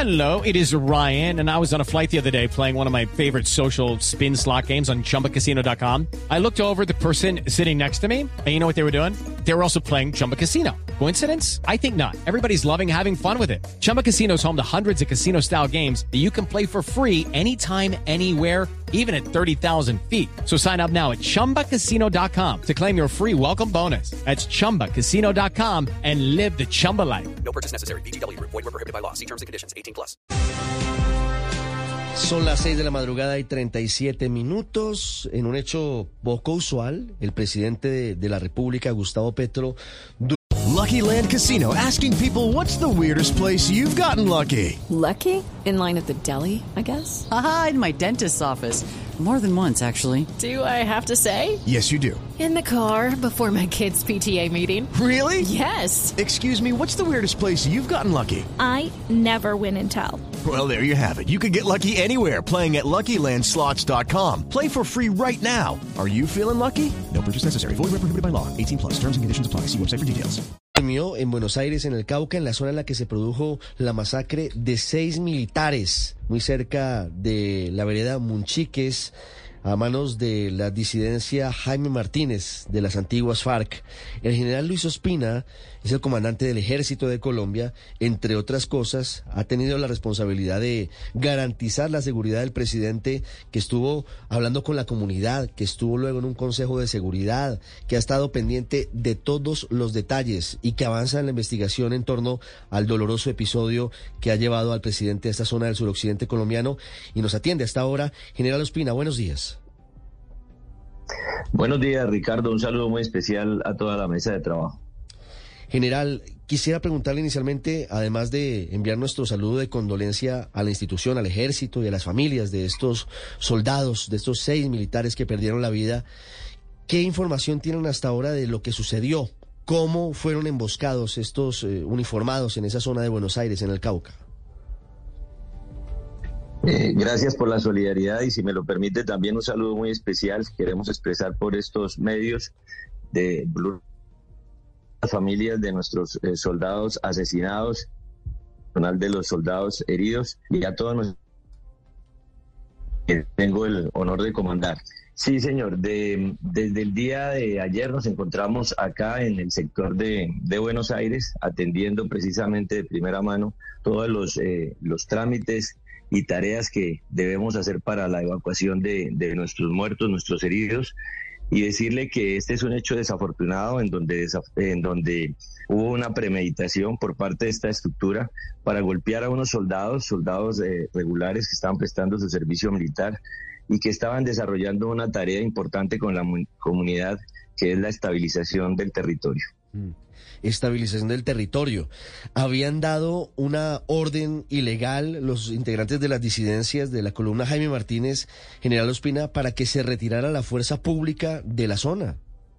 Hello, it is Ryan, and I was on a flight the other day playing one of my favorite social spin slot games on ChumbaCasino.com. I looked over at the person sitting next to me, and you know what they were doing? They were also playing Chumba Casino. Coincidence? I think not. Everybody's loving having fun with it. Chumba Casino is home to hundreds of casino-style games that you can play for free anytime, anywhere, even at 30,000 feet. So sign up now at ChumbaCasino.com to claim your free welcome bonus. That's ChumbaCasino.com and live the Chumba life. No purchase necessary. VGW. Void where prohibited by law. See terms and conditions. 18+. Son las 6 de la madrugada y 37 minutos. En un hecho poco usual, el presidente de la República, Gustavo Petro... Lucky Land Casino, asking people, what's the weirdest place you've gotten lucky? Lucky? In line at the deli, I guess? Aha, in my dentist's office. More than once, actually. Do I have to say? Yes, you do. In the car before my kids' PTA meeting. Really? Yes. Excuse me, what's the weirdest place you've gotten lucky? I never win and tell. Well, there you have it. You can get lucky anywhere, playing at LuckyLandSlots.com. Play for free right now. Are you feeling lucky? No purchase necessary. Void where prohibited by law. 18+. Terms and conditions apply. See website for details. En Buenos Aires, en el Cauca, en la zona en la que se produjo la masacre de 6 militares, muy cerca de la vereda Munchiques, a manos de la disidencia Jaime Martínez de las antiguas FARC. El general Luis Ospina es el comandante del Ejército de Colombia. Entre otras cosas, ha tenido la responsabilidad de garantizar la seguridad del presidente, que estuvo hablando con la comunidad, que estuvo luego en un consejo de seguridad, que ha estado pendiente de todos los detalles y que avanza en la investigación en torno al doloroso episodio que ha llevado al presidente de esta zona del suroccidente colombiano. Y nos atiende hasta ahora General Ospina. Buenos días. Buenos días, Ricardo. Un saludo muy especial a toda la mesa de trabajo. General, quisiera preguntarle inicialmente, además de enviar nuestro saludo de condolencia a la institución, al ejército y a las familias de estos soldados, de estos 6 militares que perdieron la vida, ¿qué información tienen hasta ahora de lo que sucedió? ¿Cómo fueron emboscados estos uniformados en esa zona de Buenos Aires, en el Cauca? Gracias por la solidaridad y si me lo permite también un saludo muy especial. Queremos expresar por estos medios de las familias de nuestros soldados asesinados, personal de los soldados heridos y a todos los que tengo el honor de comandar. Sí, señor. Desde el día de ayer nos encontramos acá en el sector de Buenos Aires atendiendo precisamente de primera mano todos los trámites y tareas que debemos hacer para la evacuación de nuestros muertos, nuestros heridos, y decirle que este es un hecho desafortunado en donde hubo una premeditación por parte de esta estructura para golpear a unos soldados regulares que estaban prestando su servicio militar y que estaban desarrollando una tarea importante con la comunidad, que es la estabilización del territorio. Estabilización del territorio. ¿Habían dado una orden ilegal los integrantes de las disidencias de la columna Jaime Martínez, General Ospina, para que se retirara la fuerza pública de la zona?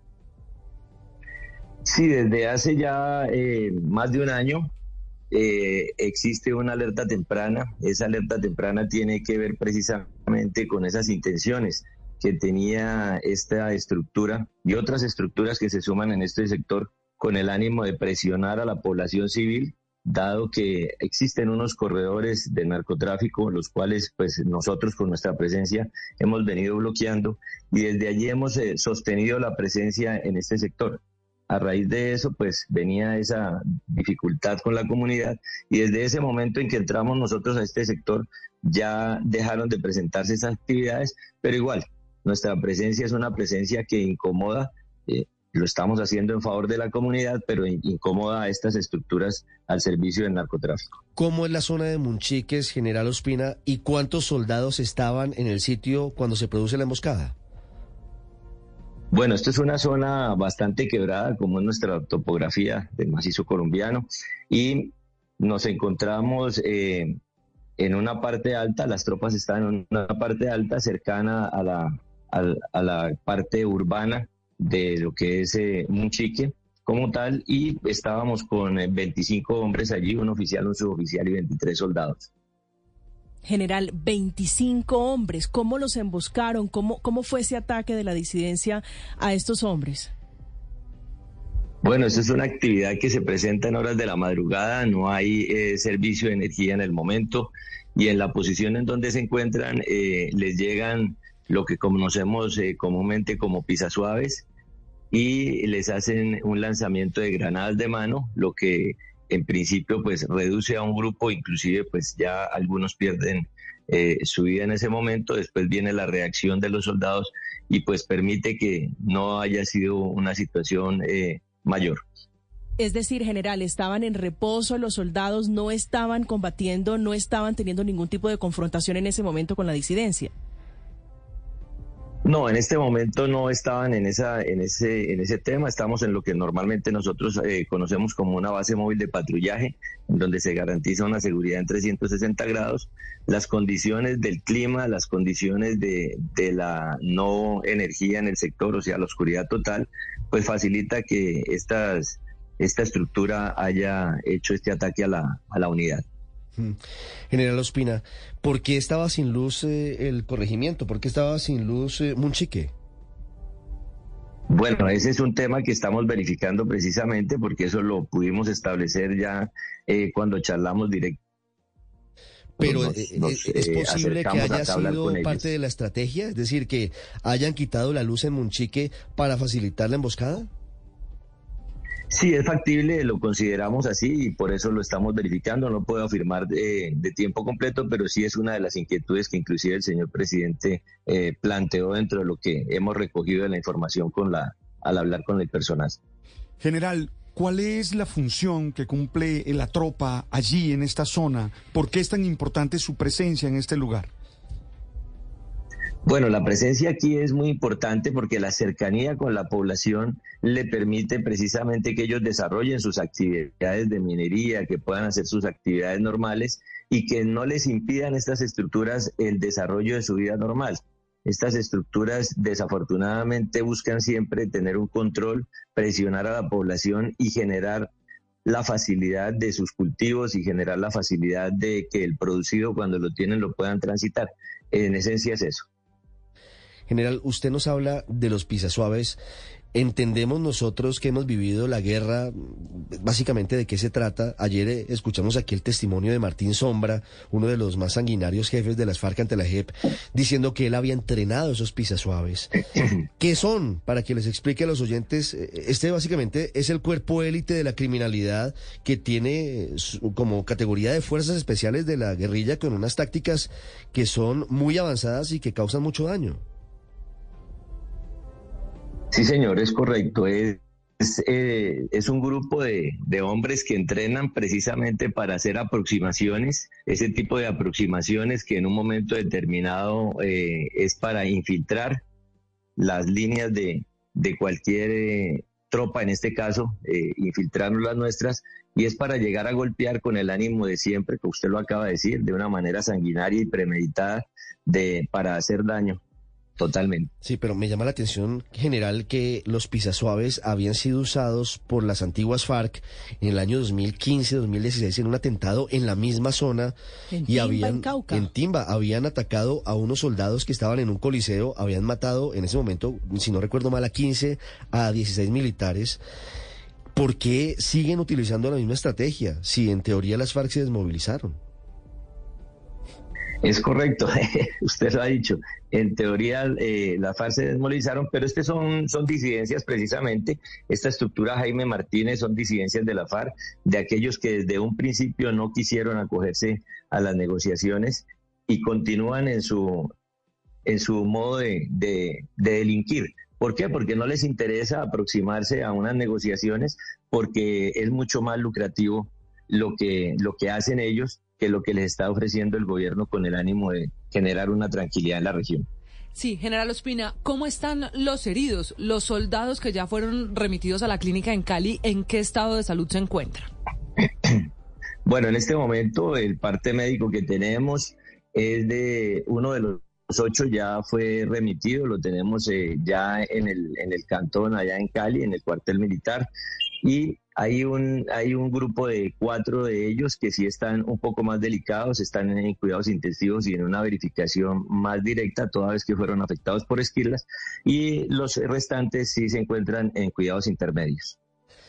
Sí, desde hace ya más de un año existe una alerta temprana. Esa alerta temprana tiene que ver precisamente con esas intenciones que tenía esta estructura y otras estructuras que se suman en este sector, con el ánimo de presionar a la población civil, dado que existen unos corredores de narcotráfico, los cuales pues nosotros con nuestra presencia hemos venido bloqueando y desde allí hemos sostenido la presencia en este sector. A raíz de eso pues venía esa dificultad con la comunidad y desde ese momento en que entramos nosotros a este sector ya dejaron de presentarse esas actividades, pero igual nuestra presencia es una presencia que incomoda. Lo estamos haciendo en favor de la comunidad, pero incomoda a estas estructuras al servicio del narcotráfico. ¿Cómo es la zona de Munchiques, General Ospina, y cuántos soldados estaban en el sitio cuando se produce la emboscada? Bueno, esto es una zona bastante quebrada, como es nuestra topografía del macizo colombiano, y nos encontramos en una parte alta. Las tropas están en una parte alta cercana a la parte urbana de lo que es Munchique como tal, y estábamos con 25 hombres allí, un oficial, un suboficial y 23 soldados. General, 25 hombres, ¿cómo los emboscaron? ¿Cómo fue ese ataque de la disidencia a estos hombres? Bueno, esto es una actividad que se presenta en horas de la madrugada, no hay servicio de energía en el momento y en la posición en donde se encuentran les llegan lo que conocemos comúnmente como pisasuaves y les hacen un lanzamiento de granadas de mano, lo que en principio pues reduce a un grupo, inclusive pues ya algunos pierden su vida en ese momento, después viene la reacción de los soldados y pues permite que no haya sido una situación mayor. Es decir, general, estaban en reposo, los soldados no estaban combatiendo, no estaban teniendo ningún tipo de confrontación en ese momento con la disidencia. No, en este momento no estaban en ese tema. Estamos en lo que normalmente nosotros conocemos como una base móvil de patrullaje, en donde se garantiza una seguridad en 360 grados. Las condiciones del clima, las condiciones de la no energía en el sector, o sea, la oscuridad total, pues facilita que esta estructura haya hecho este ataque a la unidad. General Ospina, ¿por qué estaba sin luz el corregimiento? ¿Por qué estaba sin luz Munchique? Bueno, ese es un tema que estamos verificando precisamente porque eso lo pudimos establecer ya cuando charlamos directo. Pero ¿es posible que haya sido parte de la estrategia? Es decir, que hayan quitado la luz en Munchique para facilitar la emboscada. Sí, es factible, lo consideramos así y por eso lo estamos verificando. No puedo afirmar de tiempo completo, pero sí es una de las inquietudes que inclusive el señor presidente planteó dentro de lo que hemos recogido de la información al hablar con el personal. General, ¿cuál es la función que cumple la tropa allí en esta zona? ¿Por qué es tan importante su presencia en este lugar? Bueno, la presencia aquí es muy importante porque la cercanía con la población le permite precisamente que ellos desarrollen sus actividades de minería, que puedan hacer sus actividades normales y que no les impidan estas estructuras el desarrollo de su vida normal. Estas estructuras desafortunadamente buscan siempre tener un control, presionar a la población y generar la facilidad de sus cultivos y generar la facilidad de que el producido cuando lo tienen lo puedan transitar. En esencia es eso. General, usted nos habla de los pisasuaves. Entendemos nosotros que hemos vivido la guerra, básicamente de qué se trata. Ayer escuchamos aquí el testimonio de Martín Sombra, uno de los más sanguinarios jefes de las FARC ante la JEP, diciendo que él había entrenado esos pisasuaves. ¿Qué son? Para que les explique a los oyentes, este básicamente es el cuerpo élite de la criminalidad que tiene como categoría de fuerzas especiales de la guerrilla con unas tácticas que son muy avanzadas y que causan mucho daño. Sí, señor, es correcto. Es un grupo de hombres que entrenan precisamente para hacer aproximaciones, ese tipo de aproximaciones que en un momento determinado es para infiltrar las líneas de cualquier tropa, en este caso, infiltrarnos las nuestras, y es para llegar a golpear con el ánimo de siempre, que usted lo acaba de decir, de una manera sanguinaria y premeditada para hacer daño. Totalmente. Sí, pero me llama la atención, general, que los pisasuaves habían sido usados por las antiguas FARC en el año 2015-2016 en un atentado en la misma zona. En Timba, en Cauca. En Timba, habían atacado a unos soldados que estaban en un coliseo, habían matado en ese momento, si no recuerdo mal, a 15 a 16 militares. ¿Por qué siguen utilizando la misma estrategia si en teoría las FARC se desmovilizaron? Es correcto, usted lo ha dicho. En teoría las FARC se desmovilizaron, pero son disidencias precisamente. Esta estructura Jaime Martínez son disidencias de la FARC, de aquellos que desde un principio no quisieron acogerse a las negociaciones y continúan en su modo de delinquir. ¿Por qué? Porque no les interesa aproximarse a unas negociaciones porque es mucho más lucrativo lo que hacen ellos que lo que les está ofreciendo el gobierno con el ánimo de generar una tranquilidad en la región. Sí, General Ospina, ¿cómo están los heridos, los soldados que ya fueron remitidos a la clínica en Cali? ¿En qué estado de salud se encuentran? Bueno, en este momento el parte médico que tenemos es de uno de los 8 ya fue remitido, lo tenemos ya en el cantón allá en Cali, en el cuartel militar, y hay un grupo de 4 de ellos que sí están un poco más delicados, están en cuidados intensivos y en una verificación más directa, toda vez que fueron afectados por esquirlas, y los restantes sí se encuentran en cuidados intermedios.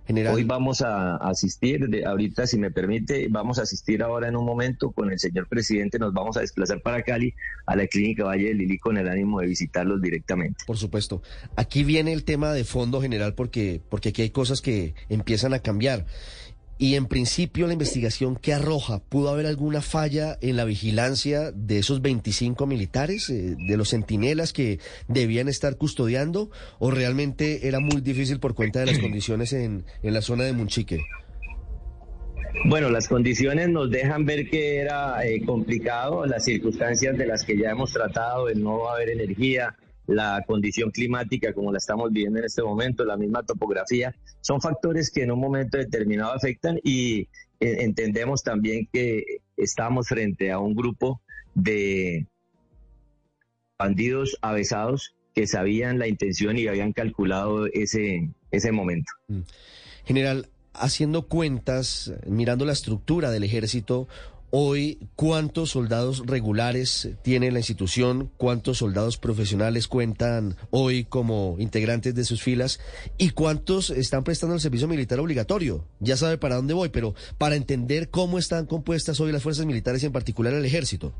General. Hoy vamos a asistir, ahorita si me permite, vamos a asistir ahora en un momento con el señor presidente, nos vamos a desplazar para Cali, a la Clínica Valle del Lili, con el ánimo de visitarlos directamente. Por supuesto. Aquí viene el tema de fondo, general, porque aquí hay cosas que empiezan a cambiar. Y en principio la investigación que arroja, ¿pudo haber alguna falla en la vigilancia de esos 25 militares, de los centinelas que debían estar custodiando, o realmente era muy difícil por cuenta de las condiciones en la zona de Monchique? Bueno, las condiciones nos dejan ver que era complicado, las circunstancias de las que ya hemos tratado, el no haber energía, la condición climática como la estamos viviendo en este momento, la misma topografía, son factores que en un momento determinado afectan y entendemos también que estamos frente a un grupo de bandidos avesados que sabían la intención y habían calculado ese momento. General, haciendo cuentas, mirando la estructura del ejército, hoy, ¿cuántos soldados regulares tiene la institución? ¿Cuántos soldados profesionales cuentan hoy como integrantes de sus filas? ¿Y cuántos están prestando el servicio militar obligatorio? Ya sabe para dónde voy, pero para entender cómo están compuestas hoy las fuerzas militares y en particular el ejército.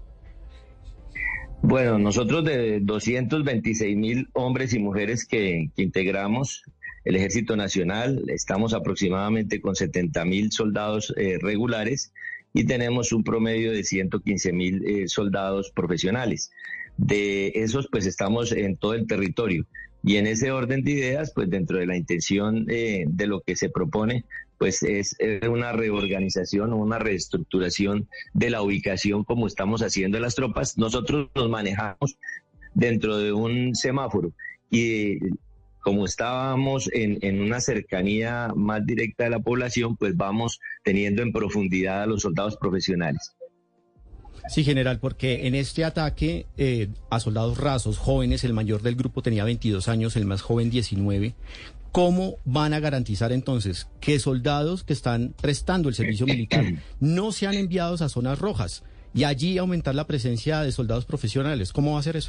Bueno, nosotros de 226.000 hombres y mujeres que integramos el Ejército Nacional, estamos aproximadamente con 70.000 soldados regulares, y tenemos un promedio de 115.000 soldados profesionales. De esos, pues estamos en todo el territorio. Y en ese orden de ideas, pues dentro de la intención de lo que se propone, pues es una reorganización o una reestructuración de la ubicación como estamos haciendo las tropas. Nosotros nos manejamos dentro de un semáforo y como estábamos en una cercanía más directa de la población, pues vamos teniendo en profundidad a los soldados profesionales. Sí, general, porque en este ataque a soldados rasos, jóvenes, el mayor del grupo tenía 22 años, el más joven 19, ¿cómo van a garantizar entonces que soldados que están prestando el servicio militar no sean enviados a zonas rojas y allí aumentar la presencia de soldados profesionales? ¿Cómo va a hacer eso?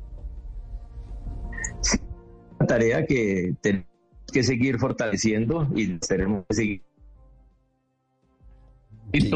Sí. Una tarea que tenemos que seguir fortaleciendo y tenemos que seguir. Sí.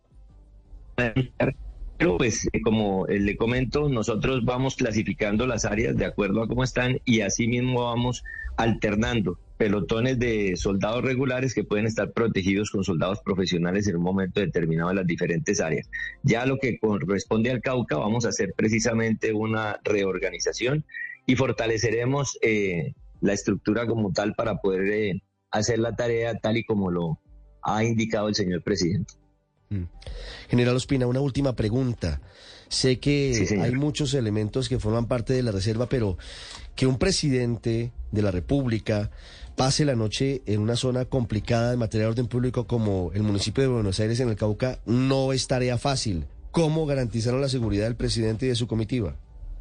Pero pues como le comento, nosotros vamos clasificando las áreas de acuerdo a cómo están y así mismo vamos alternando pelotones de soldados regulares que pueden estar protegidos con soldados profesionales en un momento determinado en las diferentes áreas. Ya lo que corresponde al Cauca, vamos a hacer precisamente una reorganización y fortaleceremos la estructura como tal para poder hacer la tarea tal y como lo ha indicado el señor presidente. General Ospina, una última pregunta. Sé que sí, hay muchos elementos que forman parte de la reserva, pero que un presidente de la República pase la noche en una zona complicada en materia de orden público como el municipio de Buenos Aires, en el Cauca, no es tarea fácil. ¿Cómo garantizaron la seguridad del presidente y de su comitiva?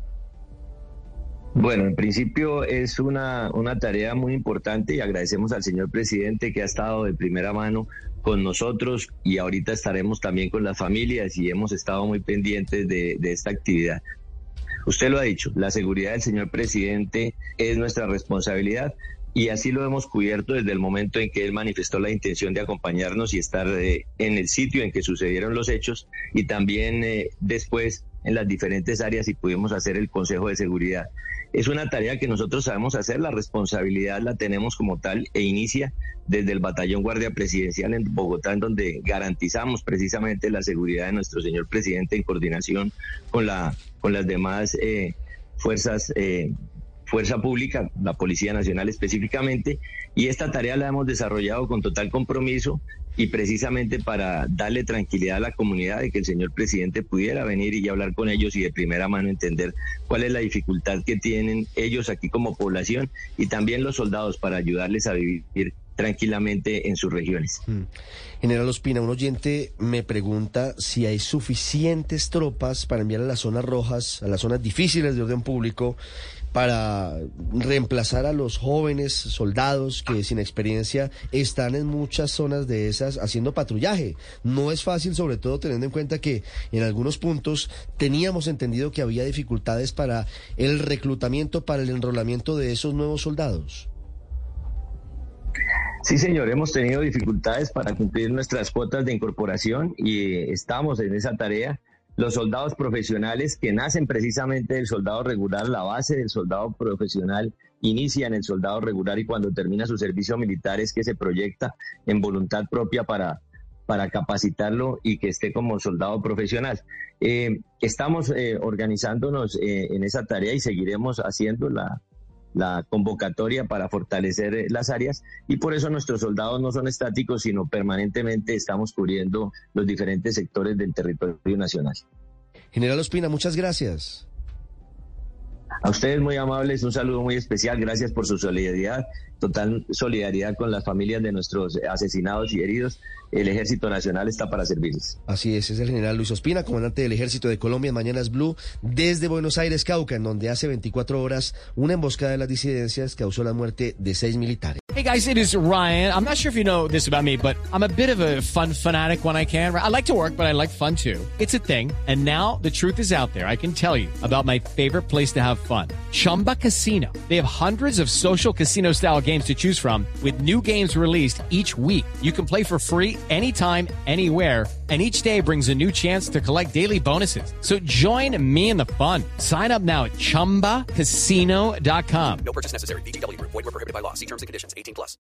Bueno, en principio es una tarea muy importante y agradecemos al señor presidente que ha estado de primera mano con nosotros y ahorita estaremos también con las familias y hemos estado muy pendientes de esta actividad. Usted lo ha dicho, la seguridad del señor presidente es nuestra responsabilidad y así lo hemos cubierto desde el momento en que él manifestó la intención de acompañarnos y estar en el sitio en que sucedieron los hechos y también después en las diferentes áreas y pudimos hacer el Consejo de Seguridad. Es una tarea que nosotros sabemos hacer, la responsabilidad la tenemos como tal e inicia desde el Batallón Guardia Presidencial en Bogotá, en donde garantizamos precisamente la seguridad de nuestro señor presidente en coordinación con las demás fuerza pública, la Policía Nacional específicamente, y esta tarea la hemos desarrollado con total compromiso y precisamente para darle tranquilidad a la comunidad de que el señor presidente pudiera venir y hablar con ellos y de primera mano entender cuál es la dificultad que tienen ellos aquí como población y también los soldados para ayudarles a vivir tranquilamente en sus regiones. General Ospina, un oyente me pregunta si hay suficientes tropas para enviar a las zonas rojas, a las zonas difíciles de orden público, para reemplazar a los jóvenes soldados que sin experiencia están en muchas zonas de esas haciendo patrullaje. No es fácil, sobre todo teniendo en cuenta que en algunos puntos teníamos entendido que había dificultades para el reclutamiento, para el enrolamiento de esos nuevos soldados. Sí, señor, hemos tenido dificultades para cumplir nuestras cuotas de incorporación y estamos en esa tarea. Los soldados profesionales que nacen precisamente del soldado regular, la base del soldado profesional inicia en el soldado regular y cuando termina su servicio militar es que se proyecta en voluntad propia para capacitarlo y que esté como soldado profesional. Estamos organizándonos en esa tarea y seguiremos haciendo la convocatoria para fortalecer las áreas y por eso nuestros soldados no son estáticos, sino permanentemente estamos cubriendo los diferentes sectores del territorio nacional. General Ospina, muchas gracias. A ustedes muy amables, un saludo muy especial, gracias por su solidaridad, total solidaridad con las familias de nuestros asesinados y heridos. El Ejército Nacional está para servirles. Así es el general Luis Ospina, comandante del Ejército de Colombia, en Mañanas Blue, desde Buenos Aires, Cauca, en donde hace 24 horas una emboscada de las disidencias causó la muerte de 6 militares. Hey guys, it is Ryan. I'm not sure if you know this about me, but I'm a bit of a fun fanatic when I can. I like to work, but I like fun too. It's a thing. And now the truth is out there. I can tell you about my favorite place to have fun. Chumba Casino. They have hundreds of social casino style games to choose from with new games released each week. You can play for free anytime, anywhere. And each day brings a new chance to collect daily bonuses. So join me in the fun. Sign up now at ChumbaCasino.com. No purchase necessary. VGW Group. Void where prohibited by law. See terms and conditions. 18+.